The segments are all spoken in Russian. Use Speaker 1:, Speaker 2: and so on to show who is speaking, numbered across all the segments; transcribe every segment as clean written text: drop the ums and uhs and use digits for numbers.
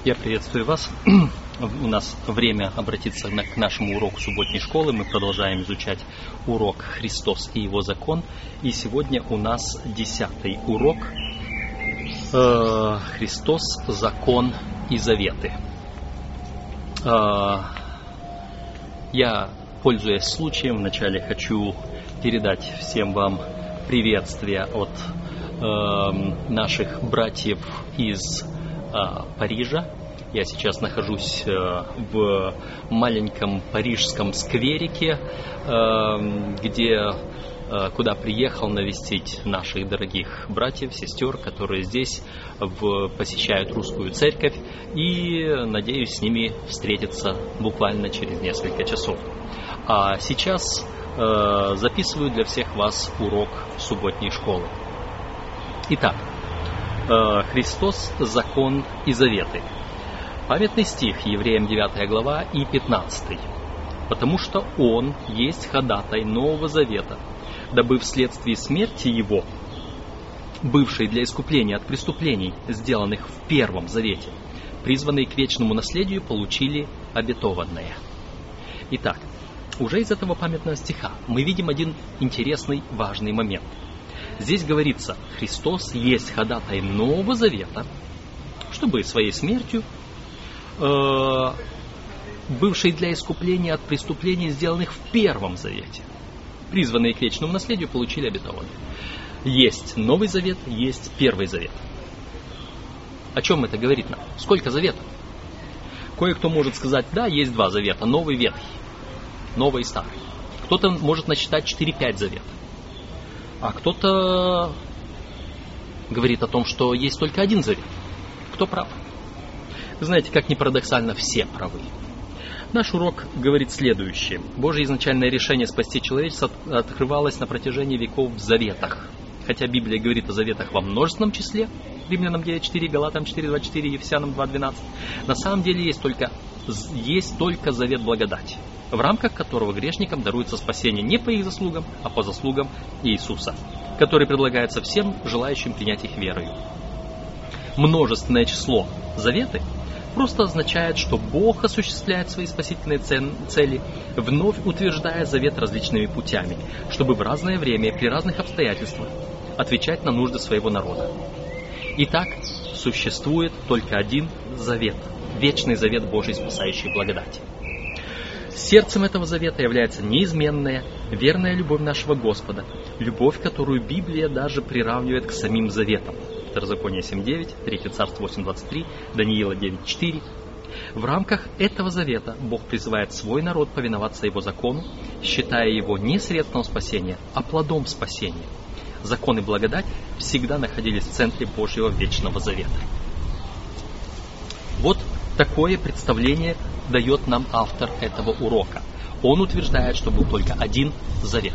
Speaker 1: Я приветствую вас. У нас время обратиться к нашему уроку субботней школы. Мы продолжаем изучать урок «Христос и Его закон». И сегодня у нас 10-й урок «Христос, закон и заветы». Я, пользуясь случаем, вначале хочу передать всем вам приветствие от наших братьев из Парижа. Я сейчас нахожусь в маленьком парижском скверике, куда приехал навестить наших дорогих братьев, сестер, которые здесь посещают русскую церковь, и надеюсь с ними встретиться буквально через несколько часов. А сейчас записываю для всех вас урок субботней школы. Итак, Христос, закон и заветы. Памятный стих, Евреям 9 глава и 15. «Потому что Он есть ходатай Нового Завета, дабы вследствие смерти Его, бывшей для искупления от преступлений, сделанных в Первом Завете, призванные к вечному наследию, получили обетованное». Итак, уже из этого памятного стиха мы видим один интересный, важный момент. Здесь говорится, Христос есть ходатай Нового Завета, чтобы своей смертью, бывшей для искупления от преступлений, сделанных в Первом Завете, призванные к вечному наследию, получили обетованное. Есть Новый Завет, есть Первый Завет. О чем это говорит нам? Сколько заветов? Кое-кто может сказать, да, есть два завета, Новый и Ветхий, Новый и Старый. Кто-то может насчитать 4-5 заветов. А кто-то говорит о том, что есть только один завет. Кто прав? Вы знаете, как ни парадоксально, все правы. Наш урок говорит следующее. Божье изначальное решение спасти человечество открывалось на протяжении веков в заветах. Хотя Библия говорит о заветах во множественном числе, Римлянам 9:4, Галатам 4:24, Ефесянам 2:12, на самом деле есть только завет благодати, в рамках которого грешникам даруется спасение не по их заслугам, а по заслугам Иисуса, который предлагается всем желающим принять их верою. Множественное число заветы просто означает, что Бог осуществляет свои спасительные цели, вновь утверждая завет различными путями, чтобы в разное время, при разных обстоятельствах, отвечать на нужды своего народа. Итак, существует только один завет, вечный завет Божьей спасающей благодати. Сердцем этого завета является неизменная, верная любовь нашего Господа, любовь, которую Библия даже приравнивает к самим заветам. Второзаконие 7:9, 3 Царств 8:23, Даниила 9:4. В рамках этого завета Бог призывает свой народ повиноваться Его закону, считая его не средством спасения, а плодом спасения. Закон и благодать всегда находились в центре Божьего вечного завета. Вот такое представление дает нам автор этого урока. Он утверждает, что был только один завет.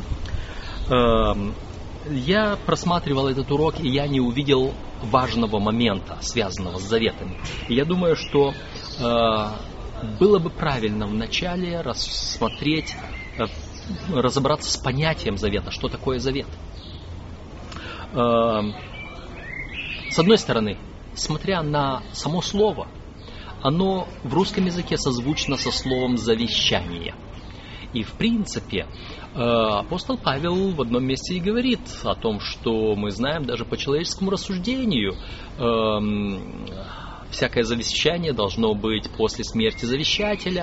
Speaker 1: Я просматривал этот урок, и я не увидел важного момента, связанного с заветами. И я думаю, что было бы правильно вначале разобраться с понятием завета, что такое завет. С одной стороны, смотря на само слово, оно в русском языке созвучно со словом «завещание». И в принципе апостол Павел в одном месте и говорит о том, что мы знаем даже по человеческому рассуждению, всякое завещание должно быть после смерти завещателя.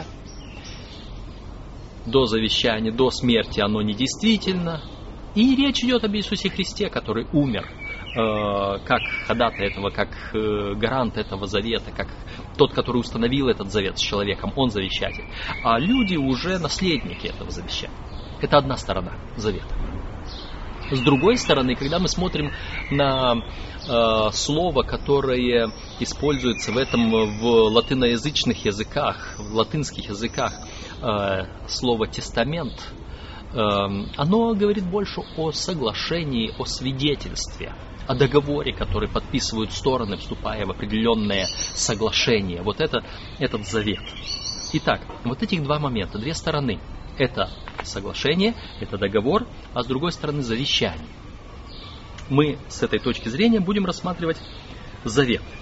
Speaker 1: До завещания, до смерти оно недействительно. И речь идет об Иисусе Христе, который умер как ходатай этого, как гарант этого завета, как тот, который установил этот завет с человеком, он завещатель. А люди уже наследники этого завещания. Это одна сторона завета. С другой стороны, когда мы смотрим на слово, которое используется в латиноязычных языках, в латинских языках, слово «тестамент», оно говорит больше о соглашении, о свидетельстве, о договоре, который подписывают стороны, вступая в определенное соглашение. Вот этот завет. Итак, вот этих два момента, две стороны. Это соглашение, это договор, а с другой стороны завещание. Мы с этой точки зрения будем рассматривать завет.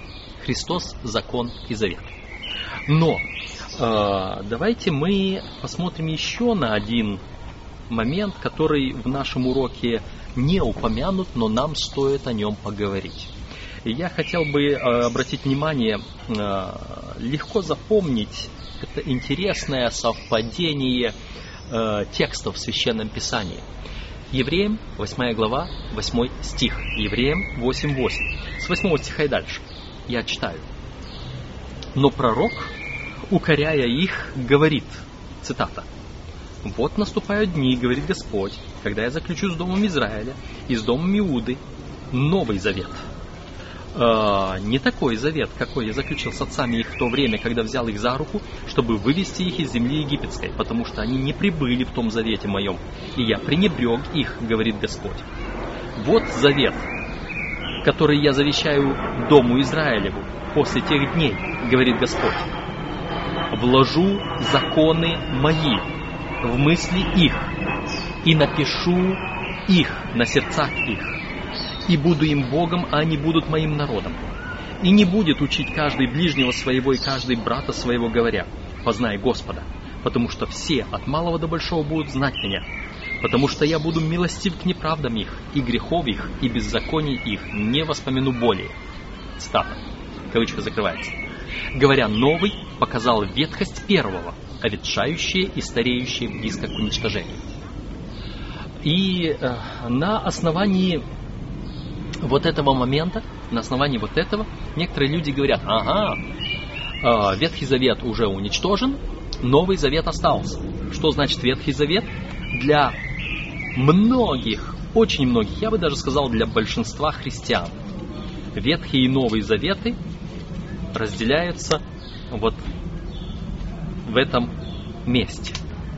Speaker 1: Христос, закон и завет. Но давайте мы посмотрим еще на один момент, который в нашем уроке не упомянут, но нам стоит о нем поговорить. И я хотел бы обратить внимание, легко запомнить это интересное совпадение текстов в Священном Писании. Евреям, 8 глава, 8 стих. Евреям 8:8. С 8 стиха и дальше. Я читаю. «Но пророк, укоряя их, говорит», цитата, «Вот наступают дни, говорит Господь, когда я заключу с домом Израиля и с домом Иуды новый завет». Не такой завет, какой я заключил с отцами их в то время, когда взял их за руку, чтобы вывести их из земли египетской, потому что они не прибыли в том завете моем, и я пренебрег их, говорит Господь. Вот завет, который я завещаю дому Израилеву после тех дней, говорит Господь. Вложу законы мои в мысли их и напишу их на сердцах их. И буду им Богом, а они будут моим народом. И не будет учить каждый ближнего своего и каждый брата своего, говоря, познай Господа, потому что все от малого до большого будут знать меня, потому что я буду милостив к неправдам их, и грехов их, и беззаконий их не воспомяну более. Цитата. Кавычка закрывается. Говоря новый, показал ветхость первого, а ветшающее и стареющее близко к уничтожению. И на основании вот этого момента, на основании вот этого, некоторые люди говорят, Ветхий Завет уже уничтожен, Новый Завет остался. Что значит Ветхий Завет? Для многих, очень многих, я бы даже сказал, для большинства христиан, Ветхий и Новый Заветы разделяются вот в этом месте.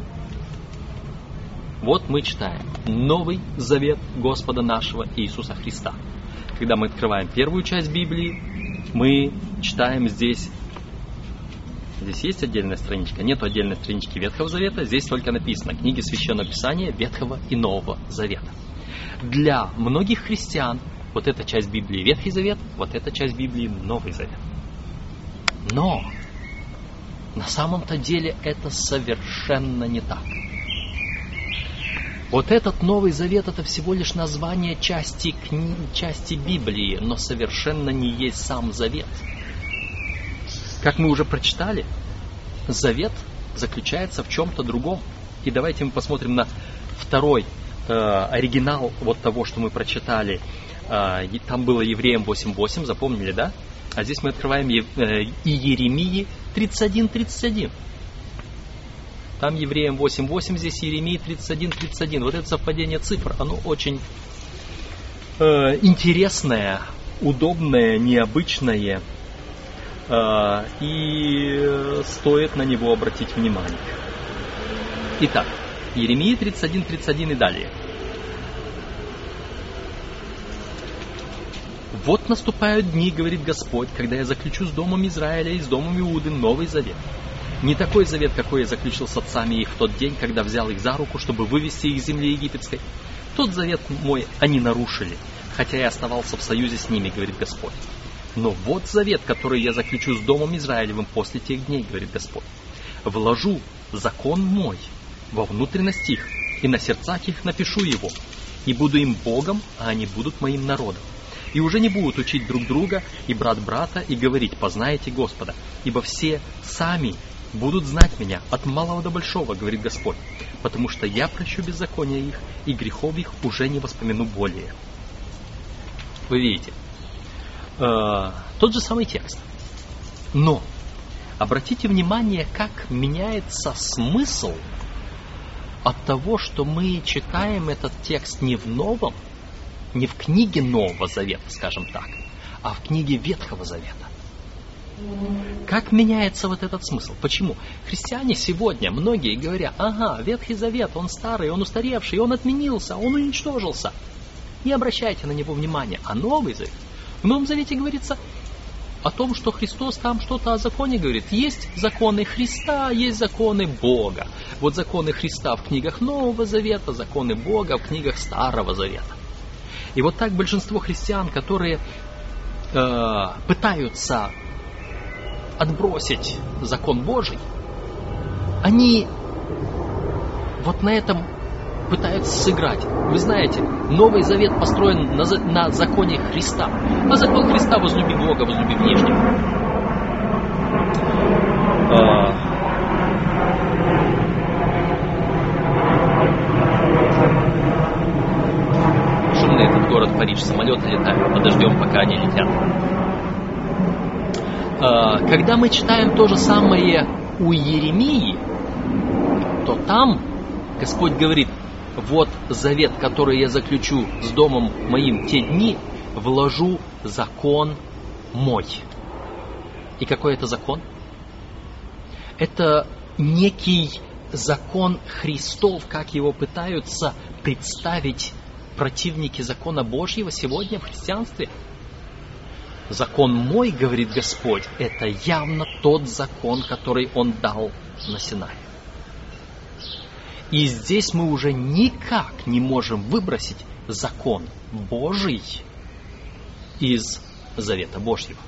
Speaker 1: Вот мы читаем Новый Завет Господа нашего Иисуса Христа. Когда мы открываем первую часть Библии, мы читаем здесь есть отдельная страничка, нет отдельной странички Ветхого Завета, здесь только написано книги Священного Писания Ветхого и Нового Завета. Для многих христиан вот эта часть Библии Ветхий Завет, вот эта часть Библии Новый Завет. Но на самом-то деле это совершенно не так. Вот этот Новый Завет — это всего лишь название части Библии, но совершенно не есть сам Завет. Как мы уже прочитали, Завет заключается в чем-то другом. И давайте мы посмотрим на второй оригинал вот того, что мы прочитали. Там было Евреям 8:8, запомнили, да? А здесь мы открываем и Иеремии 31:31. Там Евреям 8:8, здесь Иеремии 31:31. Вот это совпадение цифр, оно очень интересное, удобное, необычное. И стоит на него обратить внимание. Итак, Иеремия 31:31 и далее. «Вот наступают дни, говорит Господь, когда я заключу с домом Израиля и с домом Иуды новый завет. Не такой завет, какой я заключил с отцами их в тот день, когда взял их за руку, чтобы вывести их из земли египетской. Тот завет мой они нарушили, хотя я оставался в союзе с ними, говорит Господь. Но вот завет, который я заключу с домом Израилевым после тех дней, говорит Господь. Вложу закон мой во внутренность их, и на сердцах их напишу его, и буду им Богом, а они будут моим народом. И уже не будут учить друг друга и брат брата и говорить, познайте Господа, ибо все сами будут знать меня от малого до большого, говорит Господь, потому что я прощу беззакония их, и грехов их уже не воспомяну более». Вы видите, тот же самый текст. Но обратите внимание, как меняется смысл от того, что мы читаем этот текст не в Новом, не в книге Нового Завета, скажем так, а в книге Ветхого Завета. Как меняется вот этот смысл? Почему? Христиане сегодня, многие говорят, Ветхий Завет, он старый, он устаревший, он отменился, он уничтожился. Не обращайте на него внимания. А Новый Завет? В Новом Завете говорится о том, что Христос там что-то о законе говорит. Есть законы Христа, есть законы Бога. Вот законы Христа в книгах Нового Завета, законы Бога в книгах Старого Завета. И вот так большинство христиан, которые пытаются отбросить закон Божий, они вот на этом пытаются сыграть. Вы знаете, Новый Завет построен на законе Христа. А закон Христа — возлюби Бога, возлюби ближнего. Шумный этот город Париж, самолеты летают, подождем, пока они летят. Когда мы читаем то же самое у Иеремии, то там Господь говорит: вот завет, который я заключу с домом моим в те дни, вложу закон мой. И какой это закон? Это некий закон Христов, как его пытаются представить противники закона Божьего сегодня в христианстве. Закон мой, говорит Господь, это явно тот закон, который Он дал на Синае. И здесь мы уже никак не можем выбросить закон Божий из Завета Божьего.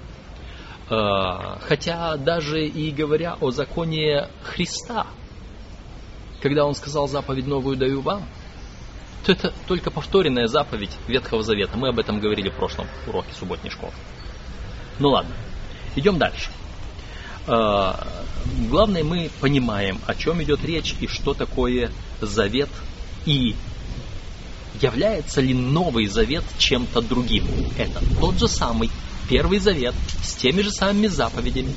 Speaker 1: Хотя даже и говоря о законе Христа, когда Он сказал: заповедь новую даю вам, то это только повторенная заповедь Ветхого Завета. Мы об этом говорили в прошлом уроке субботней школы. Ну ладно, идем дальше. Главное, мы понимаем, о чем идет речь и что такое завет, и является ли Новый Завет чем-то другим. Это тот же самый Первый Завет с теми же самыми заповедями.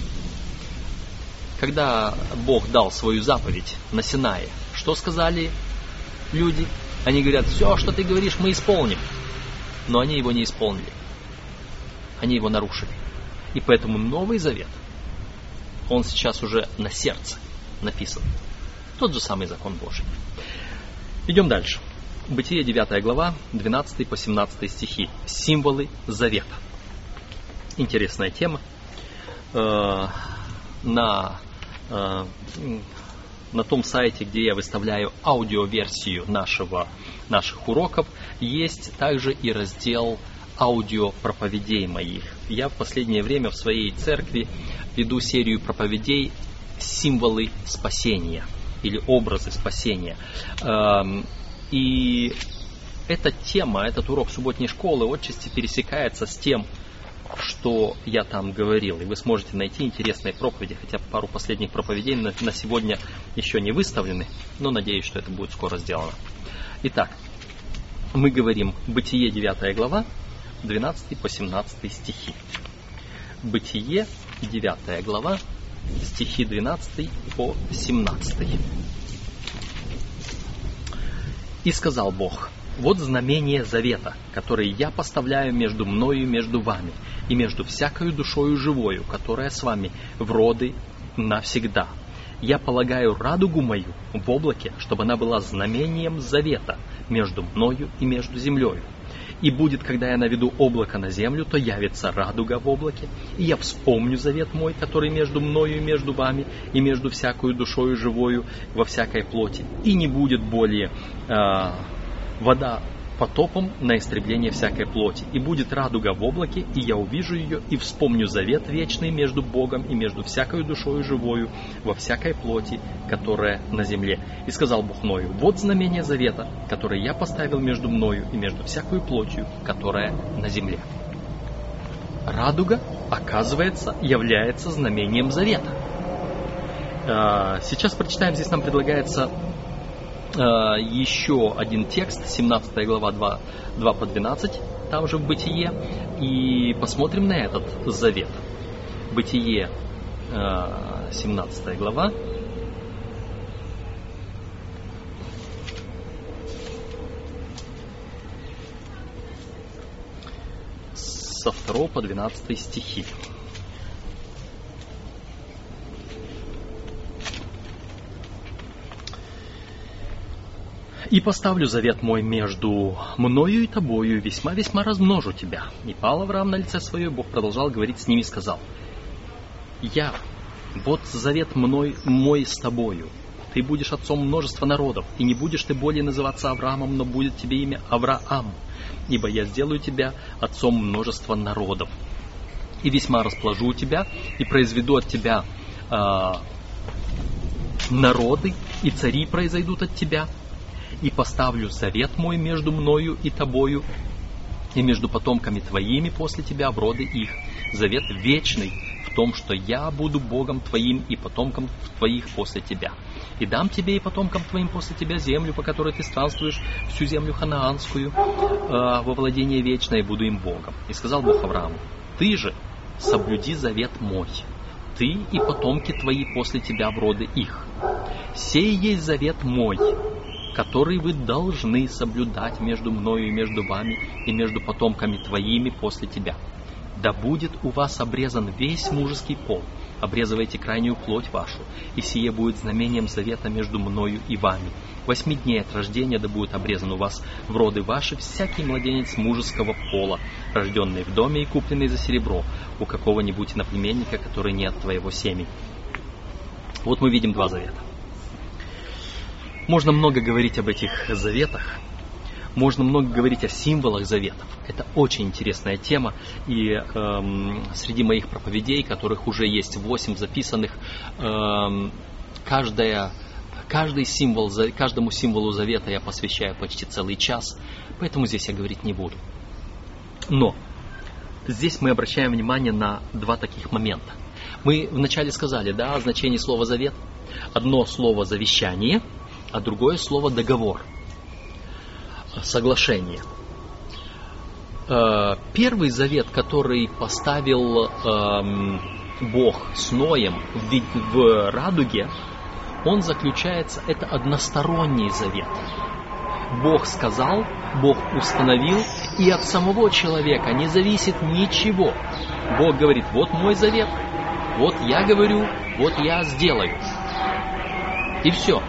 Speaker 1: Когда Бог дал свою заповедь на Синае, что сказали люди? Они говорят: все, что ты говоришь, мы исполним. Но они его не исполнили. Они его нарушили. И поэтому Новый Завет, он сейчас уже на сердце написан. Тот же самый закон Божий. Идем дальше. Бытие 9 глава, 12 по 17 стихи. Символы завета. Интересная тема. На том сайте, где я выставляю аудиоверсию наших уроков, есть также и раздел аудиопроповедей моих. Я в последнее время в своей церкви веду серию проповедей «Символы спасения» или «Образы спасения». И эта тема, этот урок субботней школы отчасти пересекается с тем, что я там говорил. И вы сможете найти интересные проповеди, хотя пару последних проповедей на сегодня еще не выставлены, но надеюсь, что это будет скоро сделано. Итак, мы говорим Бытие 9 глава, 12 по 17 стихи. Бытие 9 глава, стихи 12 по 17. «И сказал Бог: вот знамение завета, которое я поставляю между мною и между вами, и между всякою душою живою, которая с вами в роды навсегда. Я полагаю радугу мою в облаке, чтобы она была знамением завета между мною и между землею. И будет, когда я наведу облако на землю, то явится радуга в облаке, и я вспомню завет мой, который между мною и между вами, и между всякою душою живою во всякой плоти. И не будет более вода потопом на истребление всякой плоти. И будет радуга в облаке, и я увижу ее, и вспомню завет вечный между Богом и между всякою душою живою во всякой плоти, которая на земле. И сказал Бог Ною: вот знамение завета, которое я поставил между мною и между всякою плотью, которая на земле». Радуга, оказывается, является знамением завета. Сейчас прочитаем, здесь нам предлагается еще один текст, 17 глава 2 по 12, там же в Бытие, и посмотрим на этот завет. Бытие 17 глава, со 2 по 12 стихи. «И поставлю завет мой между мною и тобою, и весьма-весьма размножу тебя». И пал Авраам на лице свое, Бог продолжал говорить с ними и сказал: «Я, вот завет мой с тобою. Ты будешь отцом множества народов, и не будешь ты более называться Авраамом, но будет тебе имя Авраам. ибо я сделаю тебя отцом множества народов, и весьма расположу тебя, и произведу от тебя народы, и цари произойдут от тебя, и поставлю завет мой между мною и тобою, и между потомками твоими после тебя в роды их, завет вечный в том, что я буду Богом твоим и потомкам твоих после тебя. И дам тебе и потомкам твоим после тебя землю, по которой ты странствуешь, всю землю ханаанскую, во владение вечное, и буду им Богом. И сказал Бог Аврааму: ты же соблюди завет мой, ты и потомки твои после тебя в роды их. Сей есть завет мой, который вы должны соблюдать между мною и между вами, и между потомками твоими после тебя. Да будет у вас обрезан весь мужеский пол, обрезывайте крайнюю плоть вашу, и сие будет знамением завета между мною и вами. 8 дней от рождения да будет обрезан у вас в роды ваши всякий младенец мужеского пола, рожденный в доме и купленный за серебро, у какого-нибудь иноплеменника, который не от твоего семени. Вот мы видим 2 завета. Можно много говорить об этих заветах, можно много говорить о символах заветов. Это очень интересная тема, и среди моих проповедей, которых уже есть 8 записанных, каждому символу завета я посвящаю почти целый час, поэтому здесь я говорить не буду. Но здесь мы обращаем внимание на 2 таких момента. Мы вначале сказали, да, о значении слова завет. Одно слово завещание, а другое слово договор, соглашение. Первый завет, который поставил Бог с Ноем в радуге, он заключается, это односторонний завет. Бог сказал, Бог установил, и от самого человека не зависит ничего. Бог говорит: вот мой завет, вот я говорю, вот я сделаю. И все.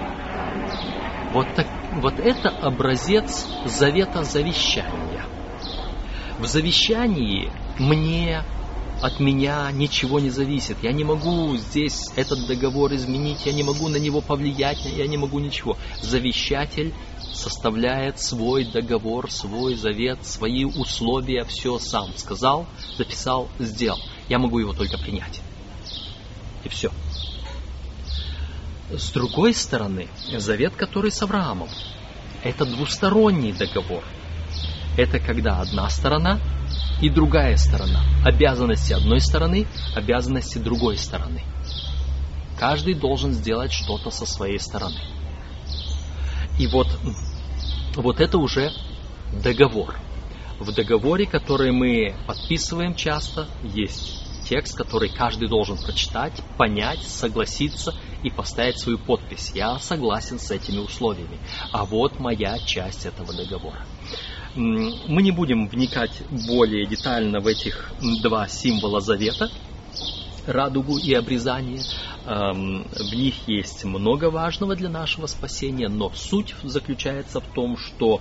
Speaker 1: Вот это образец завета завещания. В завещании от меня ничего не зависит. Я не могу здесь этот договор изменить, я не могу на него повлиять, я не могу ничего. Завещатель составляет свой договор, свой завет, свои условия, все сам сказал, записал, сделал. Я могу его только принять. И все. С другой стороны, завет, который с Авраамом, это двусторонний договор. Это когда одна сторона и другая сторона. Обязанности одной стороны, обязанности другой стороны. Каждый должен сделать что-то со своей стороны. И вот это уже договор. В договоре, который мы подписываем часто, есть текст, который каждый должен прочитать, понять, согласиться и поставить свою подпись. Я согласен с этими условиями. А вот моя часть этого договора. Мы не будем вникать более детально в этих 2 символа завета, радугу и обрезание. В них есть много важного для нашего спасения, но суть заключается в том, что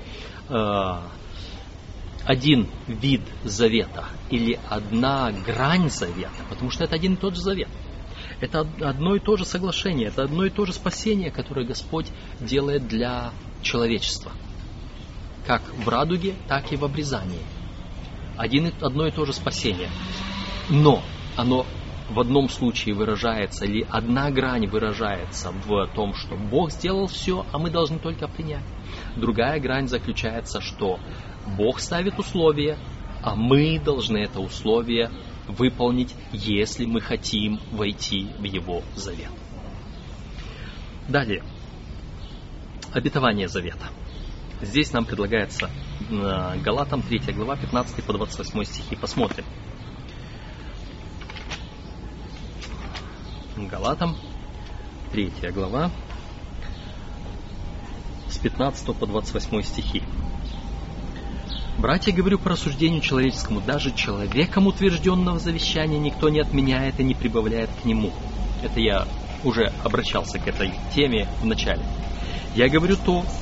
Speaker 1: один вид завета или одна грань завета, потому что это один и тот же завет, это одно и то же соглашение, это одно и то же спасение, которое Господь делает для человечества. Как в радуге, так и в обрезании. Одно и то же спасение. Но оно в одном случае выражается, или одна грань выражается в том, что Бог сделал все, а мы должны только принять. Другая грань заключается, что Бог ставит условия, а мы должны это условие выполнить, если мы хотим войти в Его завет. Далее. Обетование завета. Здесь нам предлагается Галатам 3 глава 15 по 28 стихи. Посмотрим. Галатам 3 глава с 15 по 28 стихи. «Братья, говорю по рассуждению человеческому, даже человеком утвержденного завещания никто не отменяет и не прибавляет к нему». Это я уже обращался к этой теме в начале. Я говорю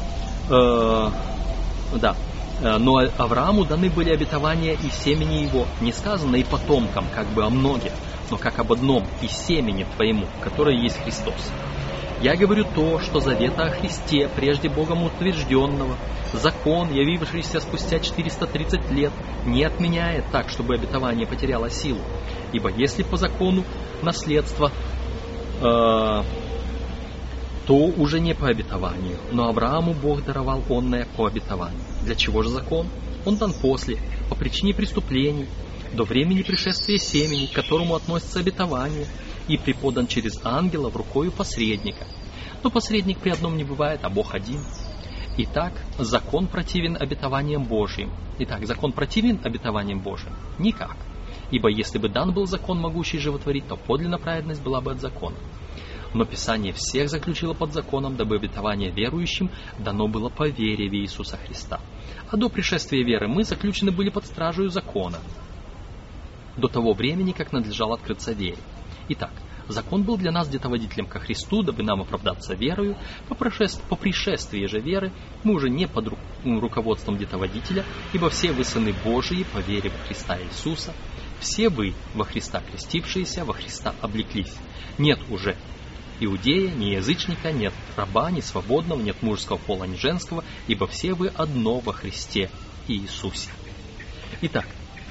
Speaker 1: но Аврааму даны были обетования и семени его, не сказано и потомкам, как бы о многих, но как об одном, и семени твоему, которое есть Христос. Я говорю то, что завета о Христе, прежде Богом утвержденного, закон, явившийся спустя 430 лет, не отменяет так, чтобы обетование потеряло силу. Ибо если по закону наследство, то уже не по обетованию, но Аврааму Бог даровал онное по обетованию. Для чего же закон? Он дан после, по причине преступлений, до времени пришествия семени, к которому относится обетование, и преподан через ангелов рукою посредника. Но посредник при одном не бывает, а Бог один. Итак, закон противен обетованиям Божьим. Итак, закон противен обетованиям Божьим? Никак. Ибо если бы дан был закон, могущий животворить, то подлинная праведность была бы от закона. Но Писание всех заключило под законом, дабы обетование верующим дано было по вере в Иисуса Христа. А до пришествия веры мы заключены были под стражей закона, до того времени, как надлежало открыться вере. Итак, закон был для нас где-то водителем ко Христу, дабы нам оправдаться верою. По пришествии же веры мы уже не под руководством где-то водителя, ибо все вы сыны Божии по вере во Христа Иисуса. Все вы во Христа крестившиеся, во Христа облеклись. Нет уже иудея, ни язычника, нет раба, ни свободного, нет мужского пола, ни женского, ибо все вы одно во Христе Иисусе. Итак,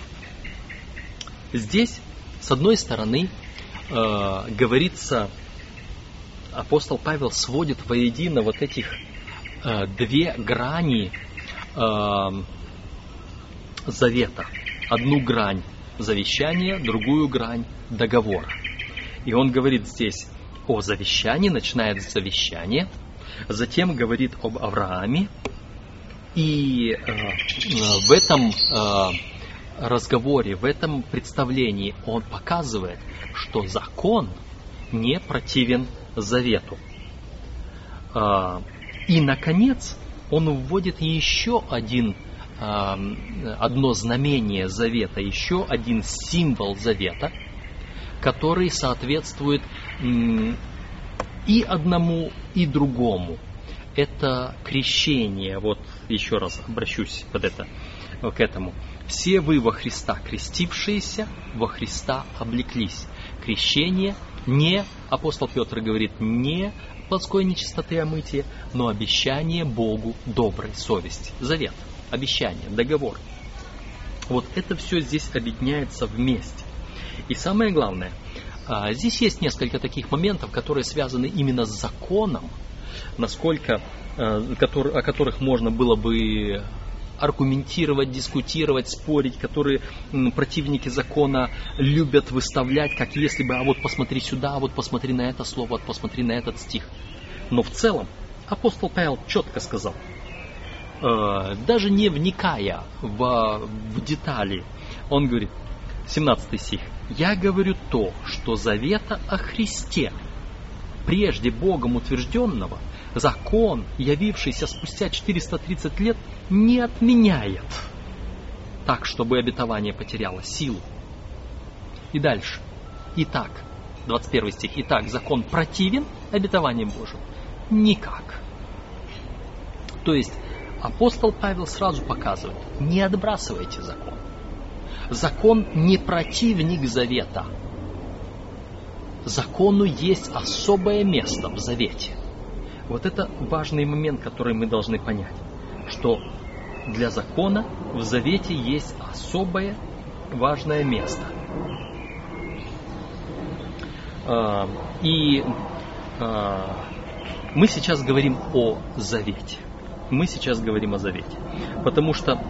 Speaker 1: здесь, с одной стороны, говорится, апостол Павел сводит воедино вот этих две грани завета. Одну грань завещания, другую грань договора. И он говорит здесь о завещании, начинает с завещания, затем говорит об Аврааме, и в этом разговоре, в этом представлении он показывает, что закон не противен завету. И, наконец, он вводит еще одно знамение завета, еще один символ завета, который соответствует и одному, и другому. Это крещение. Вот еще раз обращусь к этому. Все вы во Христа крестившиеся, во Христа облеклись. Крещение не, апостол Петр говорит, не плотской нечистоты омытия, но обещание Богу доброй совести. Завет, обещание, договор. Вот это все здесь объединяется вместе. И самое главное, здесь есть несколько таких моментов, которые связаны именно с законом, о которых можно было бы аргументировать, дискутировать, спорить, которые противники закона любят выставлять, как если бы, а вот посмотри сюда, а вот посмотри на это слово, вот посмотри на этот стих. Но в целом апостол Павел четко сказал, даже не вникая в детали, он говорит, 17 стих, «Я говорю то, что завета о Христе, прежде Богом утвержденного, закон, явившийся спустя 430 лет, не отменяет, так, чтобы обетование потеряло силу». И дальше. Итак, 21 стих. «Итак, закон противен обетованиям Божьим?» Никак. То есть, апостол Павел сразу показывает, не отбрасывайте закон. Закон не противник завета. Закону есть особое место в завете. Вот это важный момент, который мы должны понять, что для закона в завете есть особое важное место. И мы сейчас говорим о завете. Мы сейчас говорим о завете. Потому что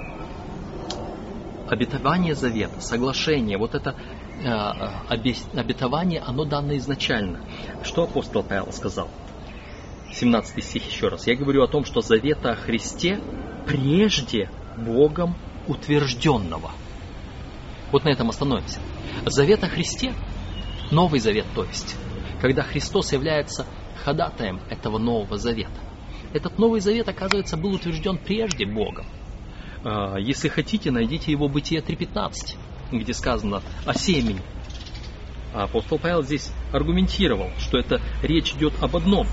Speaker 1: обетование завета, соглашение, вот это обетование, оно дано изначально. Что апостол Павел сказал? 17 стих еще раз. «Я говорю о том, что завета о Христе прежде Богом утвержденного». Вот на этом остановимся. Завет о Христе, Новый Завет, то есть, когда Христос является ходатаем этого Нового Завета. Этот Новый Завет, оказывается, был утвержден прежде Богом. Если хотите, найдите его Бытие 3.15, где сказано о семени. А апостол Павел здесь аргументировал, что это речь идет об одном.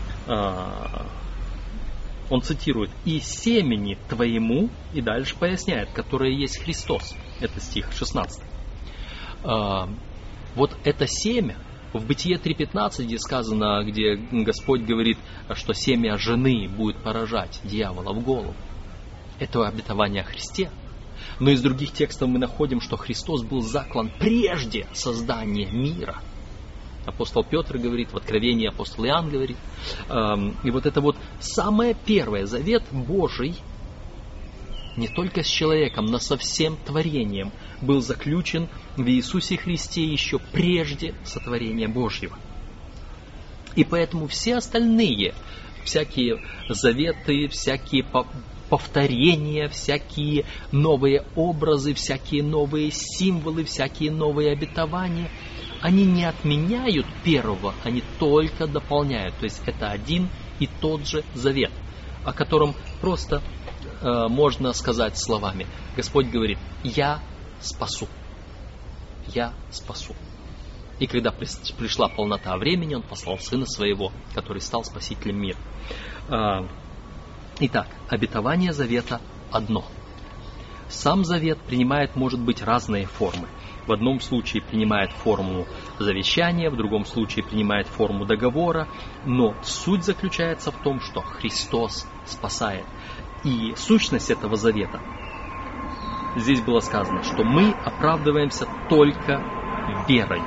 Speaker 1: Он цитирует: «И семени твоему», и дальше поясняет, которое есть Христос. Это стих 16. Вот это семя, В Бытие 3.15, где сказано, где Господь говорит, что семя жены будет поражать дьявола в голову, это обетование о Христе. Но из других текстов мы находим, что Христос был заклан прежде создания мира. Апостол Петр говорит, в Откровении апостол Иоанн говорит. И вот это вот самое первое, завет Божий, не только с человеком, но со всем творением, был заключен в Иисусе Христе еще прежде сотворения Божьего. И поэтому все остальные, всякие заветы, всякие повторения, всякие новые образы, всякие новые символы, всякие новые обетования, они не отменяют первого, они только дополняют. То есть это один и тот же завет, о котором просто можно сказать словами. Господь говорит, я спасу. Я спасу. И когда пришла полнота времени, Он послал Сына Своего, который стал Спасителем мира. Итак, обетование завета одно. Сам завет принимает, может быть, разные формы. В одном случае принимает форму завещания, в другом случае принимает форму договора, но суть заключается в том, что Христос спасает. И сущность этого завета, здесь было сказано, что мы оправдываемся только верой.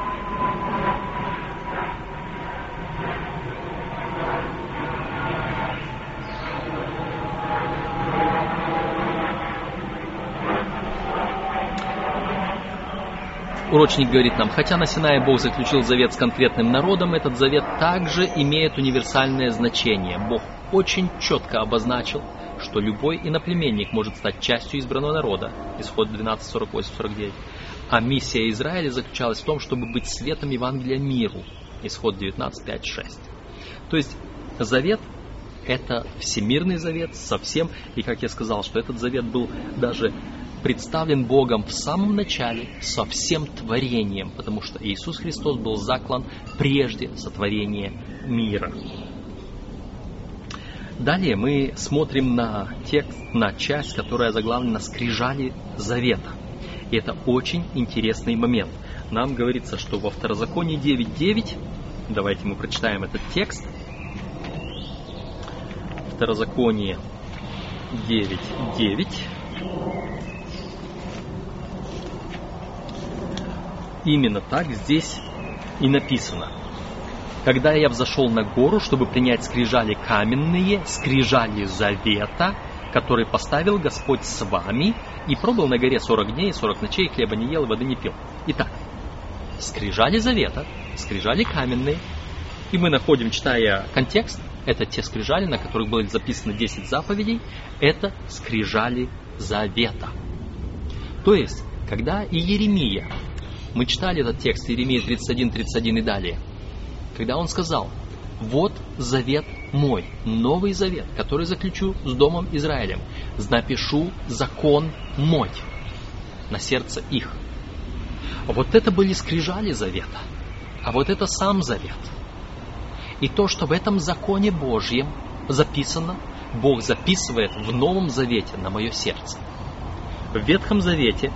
Speaker 1: Урочник говорит нам, хотя на Синае Бог заключил завет с конкретным народом, этот завет также имеет универсальное значение. Бог очень четко обозначил, что любой иноплеменник может стать частью избранного народа. Исход 12:48-49. А миссия Израиля заключалась в том, чтобы быть светом Евангелия миру. Исход 19:5-6. То есть завет — это всемирный завет совсем. И как я сказал, что этот завет был даже представлен Богом в самом начале со всем творением, потому что Иисус Христос был заклан прежде сотворения мира. Далее мы смотрим на текст, на часть, которая заглавлена «Скрижали завета». И это очень интересный момент. Нам говорится, что во Второзаконии 9.9, давайте мы прочитаем этот текст. Второзаконие 9.9. Именно так здесь и написано. Когда я взошел на гору, чтобы принять скрижали каменные, скрижали завета, который поставил Господь с вами, и пробыл на горе 40 дней и 40 ночей, хлеба не ел и воды не пил. Итак, скрижали завета, скрижали каменные, и мы находим, читая контекст, это те скрижали, на которых были записаны 10 заповедей, это скрижали завета. То есть, когда Иеремия, мы читали этот текст, Иеремия 31:31 и далее, когда он сказал, вот завет мой, новый завет, который заключу с Домом Израилем, напишу закон мой на сердце их. Вот это были скрижали завета, а вот это сам завет. И то, что в этом законе Божьем записано, Бог записывает в Новом Завете на мое сердце. В Ветхом Завете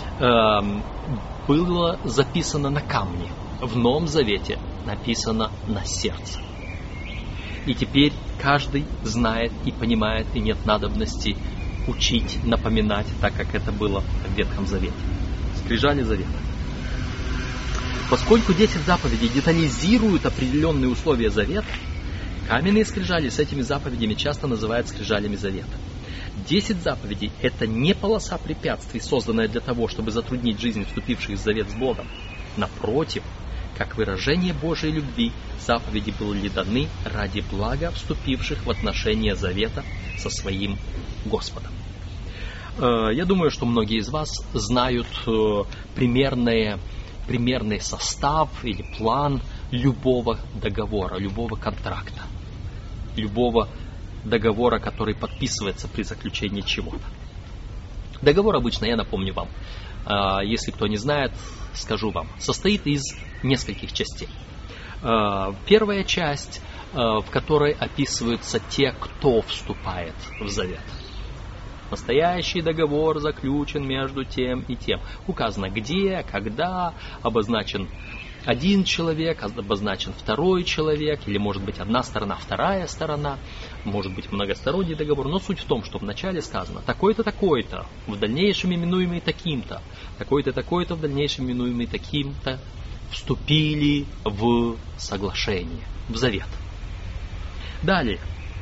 Speaker 1: было записано на камне, в Новом Завете написано на сердце. И теперь каждый знает и понимает, и нет надобности учить, напоминать, так как это было в Ветхом Завете. Скрижали завета. Поскольку 10 заповедей детализируют определенные условия завета, каменные скрижали с этими заповедями часто называют скрижалями завета. 10 заповедей – это не полоса препятствий, созданная для того, чтобы затруднить жизнь вступивших в завет с Богом. Напротив, как выражение Божьей любви, заповеди были даны ради блага вступивших в отношения завета со своим Господом. Я думаю, что многие из вас знают примерный состав или план любого договора, любого контракта, любого договора, который подписывается при заключении чего-то. Договор обычно, я напомню вам, если кто не знает, скажу вам, состоит из нескольких частей. Первая часть, в которой описываются те, кто вступает в завет. Настоящий договор заключен между тем и тем. Указано где, когда, обозначен один человек, обозначен второй человек, или может быть одна сторона, вторая сторона, может быть многосторонний договор. Но суть в том, что вначале сказано такой-то, такой-то, в дальнейшем именуемый таким-то, такой-то, такой-то, в дальнейшем именуемый таким-то, вступили в соглашение, в завет. Далее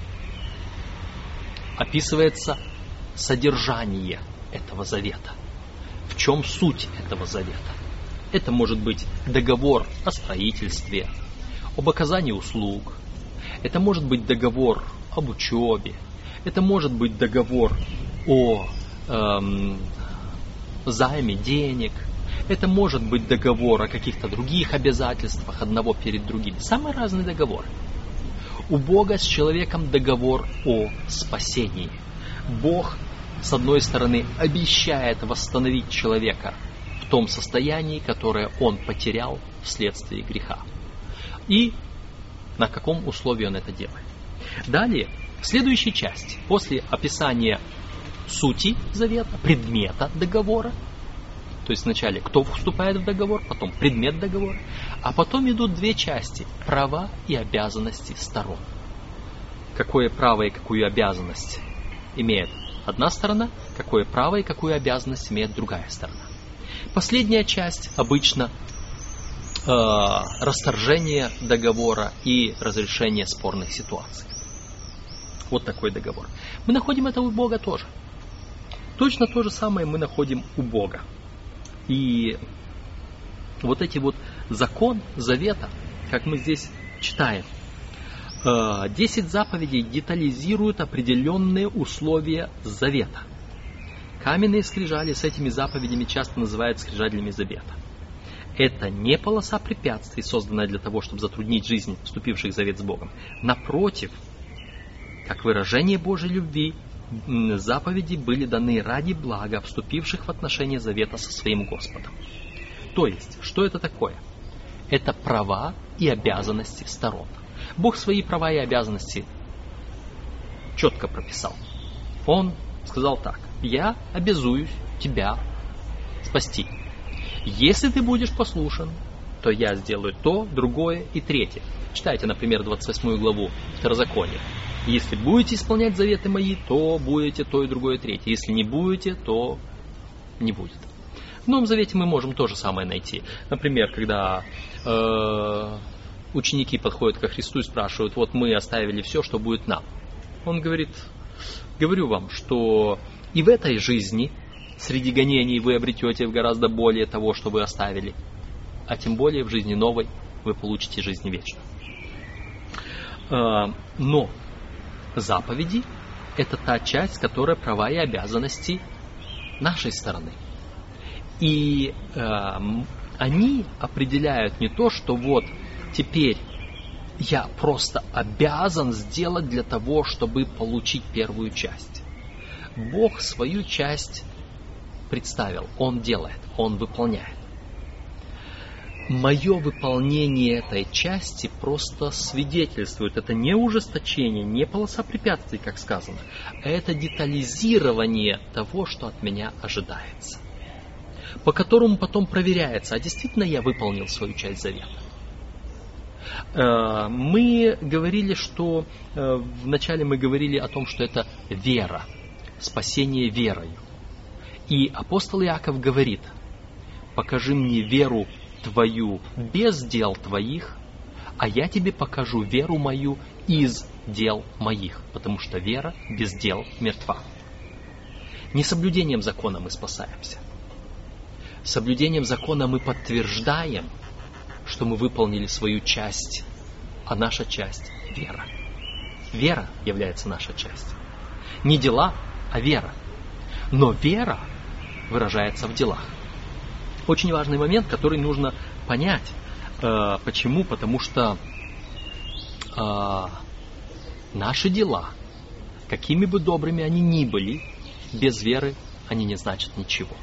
Speaker 1: описывается содержание этого завета. В чем суть этого завета? Это может быть договор о строительстве, об оказании услуг. Это может быть договор об учебе. Это может быть договор о займе денег. Это может быть договор о каких-то других обязательствах одного перед другим. Самые разные договоры. У Бога с человеком договор о спасении. Бог, с одной стороны, обещает восстановить человека в том состоянии, которое он потерял вследствие греха. И на каком условии он это делает. Далее, следующая часть, после описания сути завета, предмета договора, то есть вначале кто вступает в договор, потом предмет договора, а потом идут две части, права и обязанности сторон. Какое право и какую обязанность имеет одна сторона, какое право и какую обязанность имеет другая сторона. Последняя часть обычно расторжение договора и разрешение спорных ситуаций. Вот такой договор. Мы находим это у Бога тоже. Точно то же самое мы находим у Бога. И вот эти вот закон завета, как мы здесь читаем, 10 заповедей детализируют определенные условия завета. Каменные скрижали с этими заповедями часто называют скрижалями завета. Это не полоса препятствий, созданная для того, чтобы затруднить жизнь вступивших в завет с Богом. Напротив, как выражение Божьей любви, заповеди были даны ради блага вступивших в отношения завета со своим Господом. То есть, что это такое? Это права и обязанности сторон. Бог свои права и обязанности четко прописал. Он сказал так: я обязуюсь тебя спасти. Если ты будешь послушен, то я сделаю то, другое и третье. Читайте, например, 28 главу Второзакония. Если будете исполнять заветы мои, то будете то и другое и третье. Если не будете, то не будет. В Новом Завете мы можем то же самое найти. Например, когда ученики подходят ко Христу и спрашивают: вот мы оставили все, что будет нам. Он говорит: говорю вам, что и в этой жизни среди гонений вы обретете гораздо более того, что вы оставили, а тем более в жизни новой вы получите жизнь вечную. Но заповеди – это та часть, которая права и обязанности нашей стороны. И они определяют не то, что вот теперь я просто обязан сделать для того, чтобы получить первую часть. Бог свою часть представил, Он делает, Он выполняет. Мое выполнение этой части просто свидетельствует. Это не ужесточение, не полоса препятствий, как сказано, а это детализирование того, что от меня ожидается, по которому потом проверяется, а действительно я выполнил свою часть завета. Мы говорили, что вначале мы говорили о том, что это вера, спасение верою. И апостол Иаков говорит: покажи мне веру твою без дел твоих, а я тебе покажу веру мою из дел моих, потому что вера без дел мертва. Не соблюдением закона мы спасаемся. Соблюдением закона мы подтверждаем, что мы выполнили свою часть, а наша часть – вера. Вера является наша часть. Не дела, а вера. Но вера выражается в делах. Очень важный момент, который нужно понять. Почему? Потому что наши дела, какими бы добрыми они ни были, без веры они не значат ничего.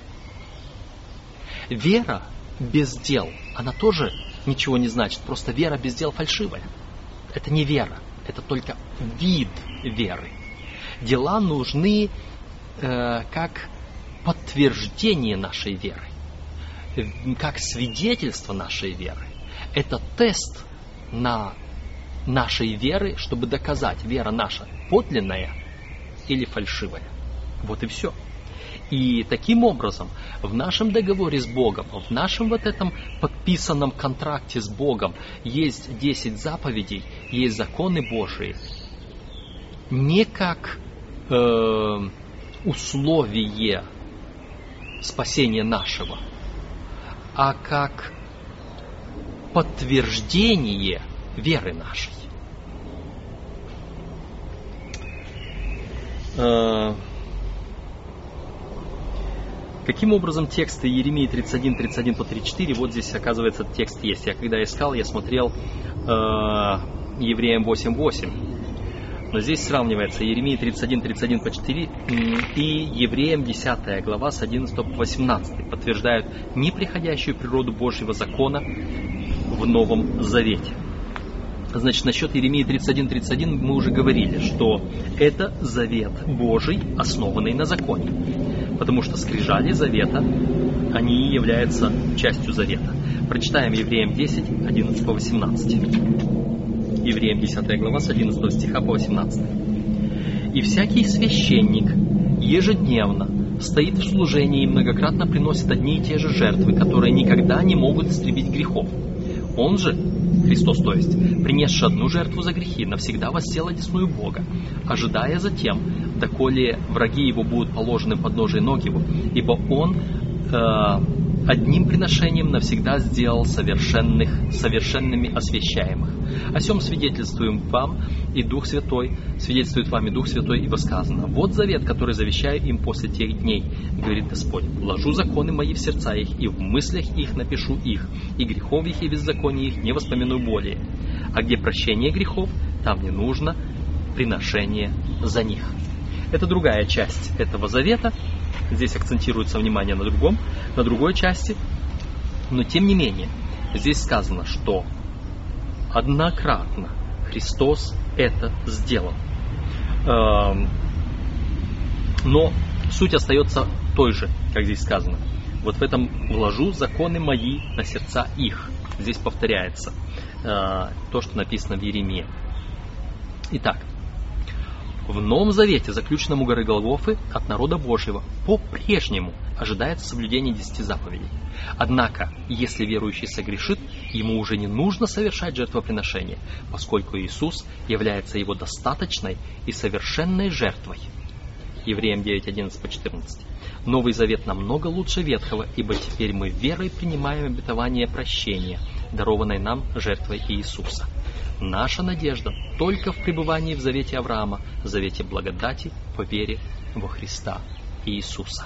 Speaker 1: Вера без дел, она тоже ничего не значит. Просто вера без дел фальшивая. Это не вера, это только вид веры. Дела нужны как подтверждение нашей веры, как свидетельство нашей веры. Это тест на нашей веры, чтобы доказать, вера наша подлинная или фальшивая. Вот и все. И таким образом, в нашем договоре с Богом, в нашем вот этом подписанном контракте с Богом есть 10 заповедей, есть законы Божии, не как условие спасения нашего, а как подтверждение веры нашей. Каким образом тексты Иеремии 31 по 34, вот здесь, оказывается, текст есть. Я когда искал, я смотрел Евреям 8:8. Но здесь сравнивается Иеремия 31 по 4 и Евреям 10 глава с 11 по 18. Подтверждают неприходящую природу Божьего закона в Новом Завете. Значит, насчет Иеремии 31 мы уже говорили, что это завет Божий, основанный на законе. Потому что скрижали завета, они являются частью завета. Прочитаем Евреям 10, 11 по 18. Евреям 10 глава с 11 стиха по 18. «И всякий священник ежедневно стоит в служении и многократно приносит одни и те же жертвы, которые никогда не могут истребить грехов. Он же, Христос, то есть, принесший одну жертву за грехи, навсегда воссел одесную Бога, ожидая затем, доколе враги его будут положены под ножи ног его, ибо он одним приношением навсегда сделал совершенными освящаемых. О сем свидетельствует вам и Дух Святой, ибо сказано: вот завет, который завещаю им после тех дней, говорит Господь, вложу законы мои в сердца их, и в мыслях их напишу их, и грехов их и беззаконий их не воспомяну более. А где прощение грехов, там не нужно приношение за них». Это другая часть этого завета. Здесь акцентируется внимание на другой части. Но тем не менее, здесь сказано, что однократно Христос это сделал. Но суть остается той же, как здесь сказано. Вот в этом вложу законы мои на сердца их. Здесь повторяется то, что написано в Иеремии. Итак, в Новом Завете, заключенном у горы Голгофы, от народа Божьего по-прежнему ожидается соблюдение 10 заповедей. Однако, если верующий согрешит, ему уже не нужно совершать жертвоприношение, поскольку Иисус является его достаточной и совершенной жертвой. Евреям 9, 11 по 14. Новый Завет намного лучше Ветхого, ибо теперь мы верой принимаем обетование прощения, дарованное нам жертвой Иисуса. Наша надежда только в пребывании в завете Авраама, в завете благодати по вере во Христа Иисуса.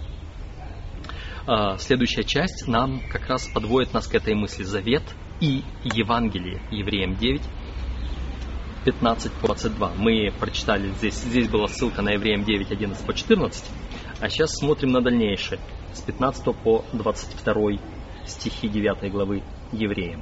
Speaker 1: Следующая часть нам как раз подводит нас к этой мысли: завет и Евангелие. Евреям 9, 15 по 22. Мы прочитали здесь была ссылка на Евреям 9, 11 по 14, а сейчас смотрим на дальнейшее, с 15 по 22 стихи 9 главы Евреям.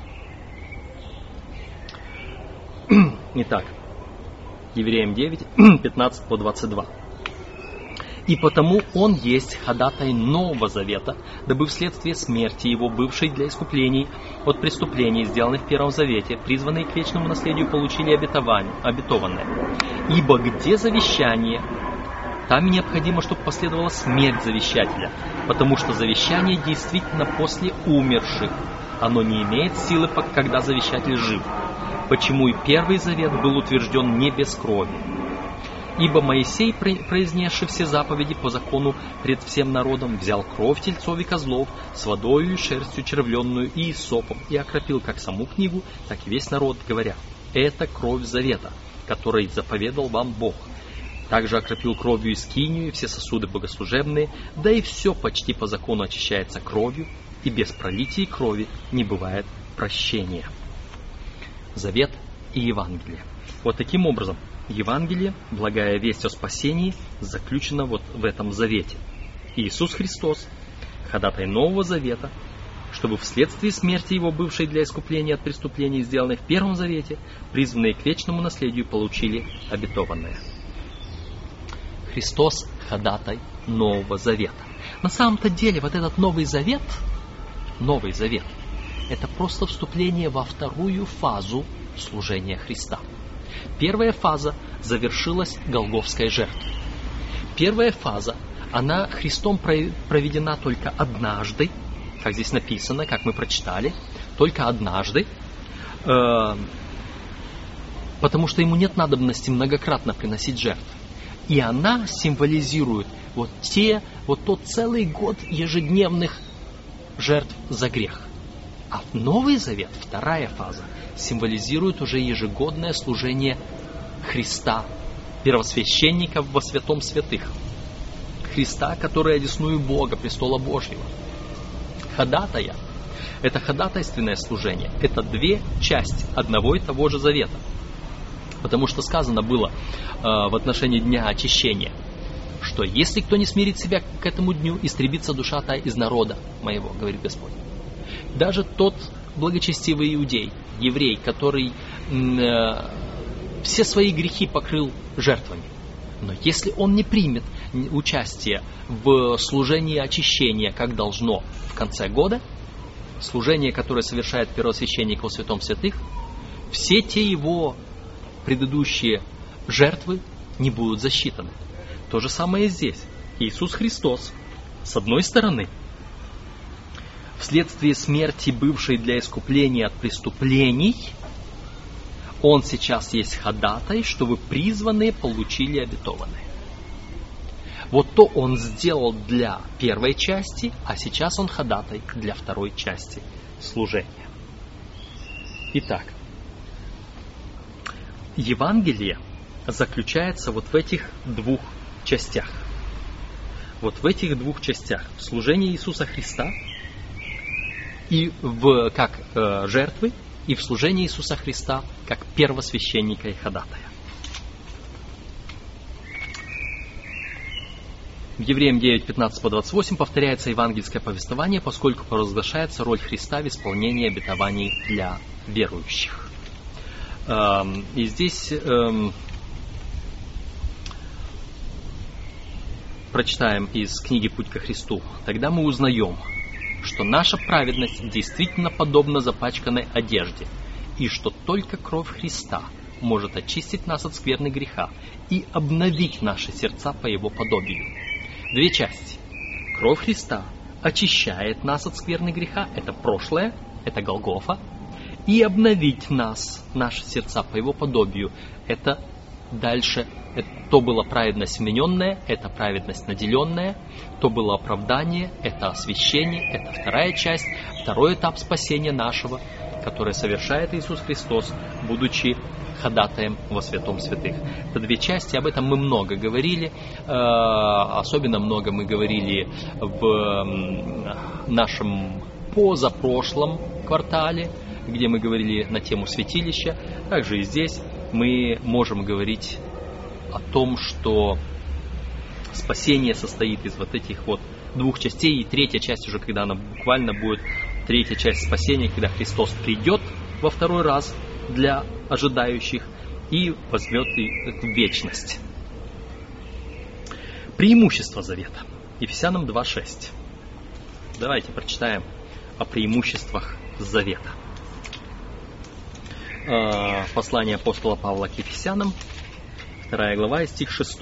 Speaker 1: Итак, Евреям 9, 15 по 22. «И потому он есть ходатай Нового Завета, дабы вследствие смерти его, бывшей для искуплений от преступлений, сделанных в Первом Завете, призванные к вечному наследию, получили обетованное. Ибо где завещание, там необходимо, чтобы последовала смерть завещателя, потому что завещание действительно после умерших. Оно не имеет силы, когда завещатель жив. Почему и Первый Завет был утвержден не без крови. Ибо Моисей, произнесший все заповеди по закону пред всем народом, взял кровь тельцов и козлов с водою и шерстью червленную и исопом, и окропил как саму книгу, так и весь народ, говоря: это кровь завета, который заповедал вам Бог. Также окропил кровью и скинию, и все сосуды богослужебные, да и все почти по закону очищается кровью, и без пролития крови не бывает прощения». Завет и Евангелие. Вот таким образом Евангелие, благая весть о спасении, заключена вот в этом завете. Иисус Христос, ходатай Нового Завета, чтобы вследствие смерти его, бывшей для искупления от преступлений, сделанных в Первом Завете, призванные к вечному наследию, получили обетованное. Христос ходатай Нового Завета. На самом-то деле вот этот Новый Завет, это просто вступление во вторую фазу служения Христа. Первая фаза завершилась Голгофской жертвой. Первая фаза, она Христом проведена только однажды, как здесь написано, как мы прочитали, только однажды, потому что ему нет надобности многократно приносить жертвы. И она символизирует тот целый год ежедневных жертв за грех. А Новый Завет, вторая фаза, символизирует уже ежегодное служение Христа, первосвященника во святом святых. Христа, который одесную Бога, престола Божьего. Ходатая – это ходатайственное служение. Это две части одного и того же завета. Потому что сказано было в отношении дня очищения, что если кто не смирит себя к этому дню, истребится душа та из народа моего, говорит Господь. Даже тот благочестивый иудей, еврей, который все свои грехи покрыл жертвами, но если он не примет участие в служении очищения, как должно в конце года, служение, которое совершает первосвященник во святом святых, все те его предыдущие жертвы не будут засчитаны. То же самое и здесь. Иисус Христос, с одной стороны, вследствие смерти, бывшей для искупления от преступлений, Он сейчас есть ходатай, чтобы призванные получили обетованное. Вот то Он сделал для первой части, а сейчас Он ходатай для второй части служения. Итак, Евангелие заключается вот в этих двух частях. Вот в этих двух частях. В служении Иисуса Христа и как жертвы, и в служении Иисуса Христа как первосвященника и ходатая. В Евреям 9:15-28 повторяется евангельское повествование, поскольку провозглашается роль Христа в исполнении обетований для верующих. И здесь прочитаем из книги «Путь ко Христу». Тогда мы узнаем, что наша праведность действительно подобна запачканной одежде, и что только кровь Христа может очистить нас от скверны греха и обновить наши сердца по Его подобию. Две части. Кровь Христа очищает нас от скверны греха, это прошлое, это Голгофа, и обновить нас, наши сердца по Его подобию, это дальше. То была праведность вмененная, это праведность наделенная, то было оправдание, это освящение, это вторая часть, второй этап спасения нашего, которое совершает Иисус Христос, будучи ходатаем во святом святых. Это две части, об этом мы много говорили, особенно много мы говорили в нашем позапрошлом квартале, где мы говорили на тему святилища. Также и здесь мы можем говорить о том, что спасение состоит из вот этих вот двух частей, и третья часть уже, когда она буквально будет, третья часть спасения, когда Христос придет во второй раз для ожидающих и возьмет их в вечность. Преимущество завета. Ефесянам 2:6. Давайте прочитаем о преимуществах завета. Послание апостола Павла к Ефесянам, 2 глава, стих 6.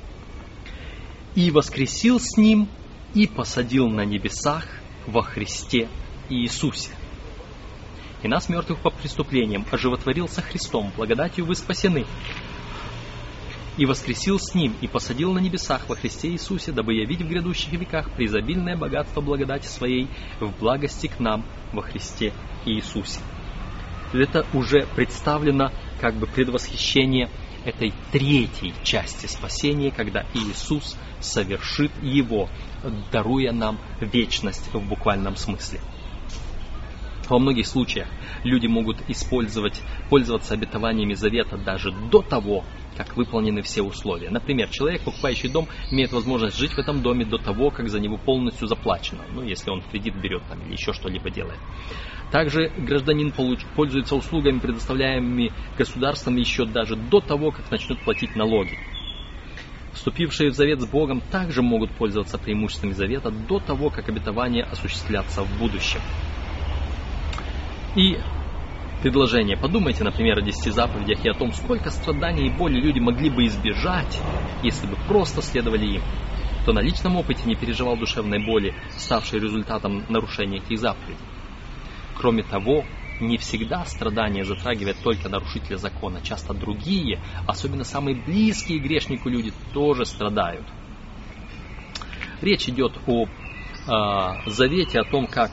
Speaker 1: «И воскресил с Ним, и посадил на небесах во Христе Иисусе. И нас, мертвых по преступлениям, оживотворил со Христом, благодатью вы спасены. И воскресил с Ним, и посадил на небесах во Христе Иисусе, дабы явить в грядущих веках преизобильное богатство благодати Своей в благости к нам во Христе Иисусе». Это уже представлено как бы предвосхищение этой третьей части спасения, когда Иисус совершит его, даруя нам вечность в буквальном смысле. Во многих случаях люди могут пользоваться обетованиями завета даже до того, как выполнены все условия. Например, человек, покупающий дом, имеет возможность жить в этом доме до того, как за него полностью заплачено. Если он кредит берет там, или еще что-либо делает. Также гражданин пользуется услугами, предоставляемыми государством еще даже до того, как начнут платить налоги. Вступившие в завет с Богом также могут пользоваться преимуществами завета до того, как обетования осуществлятся в будущем. И предложение. Подумайте, например, о 10 заповедях и о том, сколько страданий и боли люди могли бы избежать, если бы просто следовали им. Кто на личном опыте не переживал душевной боли, ставшей результатом нарушения этих заповедей. Кроме того, не всегда страдания затрагивают только нарушителя закона. Часто другие, особенно самые близкие грешнику люди, тоже страдают. Речь идет о завете, о том, как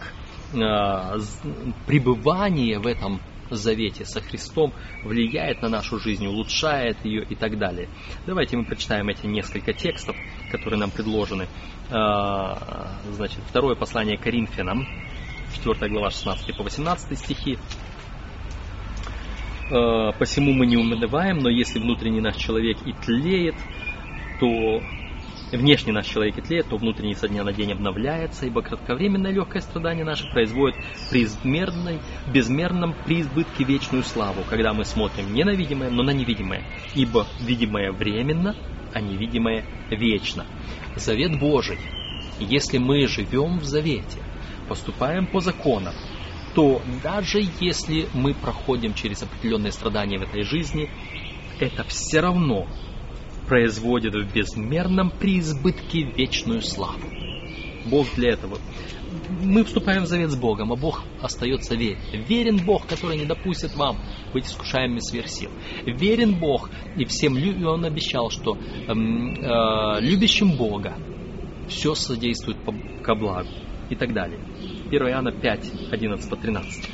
Speaker 1: пребывание в этом завете со Христом влияет на нашу жизнь, улучшает ее и так далее. Давайте мы прочитаем эти несколько текстов, которые нам предложены. Значит, второе послание Коринфянам, 4 глава, 16 по 18 стихи. «Посему мы не унываем, но если внутренний наш человек и тлеет, то внешний наш человек и тлеет, то внутренний со дня на день обновляется, ибо кратковременное легкое страдание наше производит при безмерном преизбытке вечную славу, когда мы смотрим не на видимое, но на невидимое, ибо видимое временно, а невидимое вечно». Завет Божий. Если мы живем в завете, поступаем по законам, то даже если мы проходим через определенные страдания в этой жизни, это все равно производит в безмерном преизбытке вечную славу. Бог для этого. Мы вступаем в завет с Богом, а Бог остается верен. Верен Бог, который не допустит вам быть искушаемыми сверх сил. Верен Бог, и всем Он обещал, что любящим Бога все содействует ко благу и так далее. 1 Иоанна 5, 11 по 13.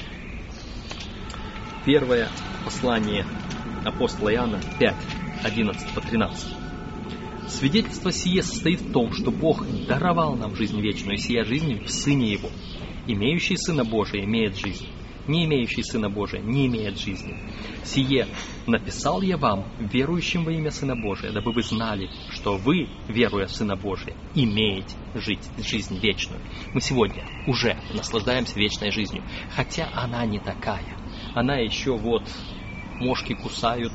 Speaker 1: Первое послание апостола Иоанна 5, 11 по 13. Свидетельство сие состоит в том, что Бог даровал нам жизнь вечную, и сия жизнь в Сыне Его. Имеющий Сына Божия имеет жизнь, не имеющий Сына Божия не имеет жизни. Сие написал я вам, верующим во имя Сына Божия, дабы вы знали, что вы, веруя в Сына Божия, имеете жизнь вечную. Мы сегодня уже наслаждаемся вечной жизнью, хотя она не такая. Она еще мошки кусают,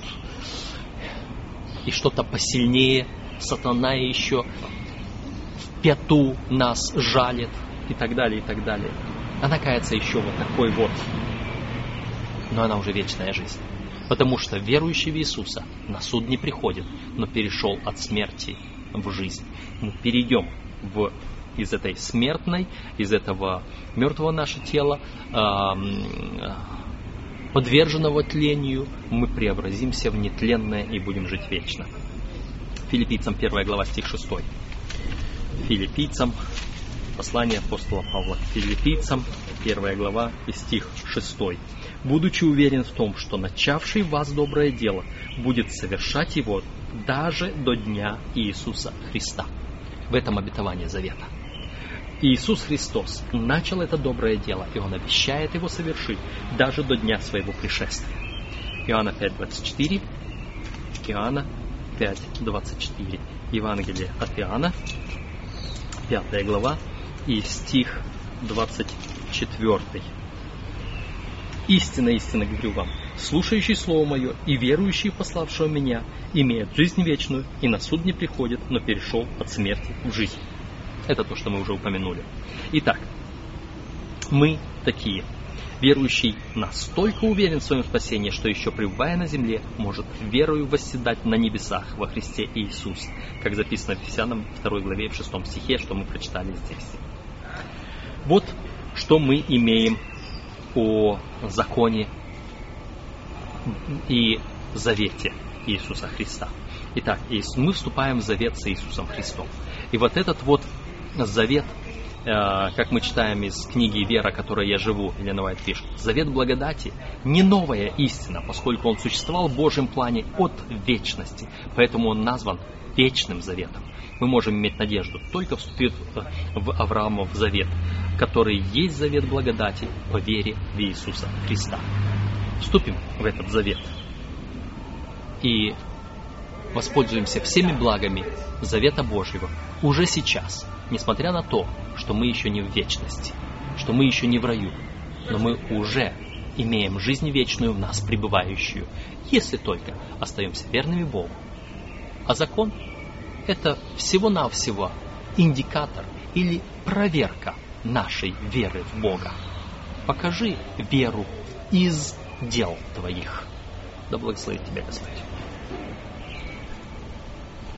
Speaker 1: и что-то посильнее, сатана еще в пяту нас жалит, и так далее, и так далее. Она кается еще такой но она уже вечная жизнь. Потому что верующий в Иисуса на суд не приходит, но перешел от смерти в жизнь. Мы перейдем из этой смертной, из этого мертвого наше тело, подверженного тлению, мы преобразимся в нетленное и будем жить вечно. Филиппийцам 1 глава, стих 6. Филиппийцам, послание апостола Павла к Филиппийцам, 1 глава и стих 6. «Будучи уверен в том, что начавший в вас доброе дело будет совершать его даже до дня Иисуса Христа». В этом обетование завета. Иисус Христос начал это доброе дело, и Он обещает его совершить даже до дня своего пришествия. Иоанна 5:24, Иоанна 5:24. Евангелие от Иоанна, 5 глава и стих 24. «Истинно, истинно говорю вам, слушающий Слово Мое и верующий в пославшего Меня имеет жизнь вечную и на суд не приходит, но перешел от смерти в жизнь». Это то, что мы уже упомянули. Итак, мы такие. Верующий настолько уверен в своем спасении, что еще пребывая на земле, может верою восседать на небесах во Христе Иисусе, как записано в Ефесянам 2 главе в 6 стихе, что мы прочитали здесь. Вот что мы имеем о законе и завете Иисуса Христа. Итак, мы вступаем в завет с Иисусом Христом. И вот этот завет, как мы читаем из книги «Вера, которой я живу», Елена Уайт пишет, завет благодати не новая истина, поскольку он существовал в Божьем плане от вечности, поэтому он назван вечным заветом. Мы можем иметь надежду, только вступив в Авраамов завет, который есть завет благодати по вере в Иисуса Христа. Вступим в этот завет и воспользуемся всеми благами завета Божьего уже сейчас, несмотря на то, что мы еще не в вечности, что мы еще не в раю, но мы уже имеем жизнь вечную в нас пребывающую, если только остаемся верными Богу. А закон – это всего-навсего индикатор или проверка нашей веры в Бога. покажи веру из дел твоих. Да благословит тебя Господь.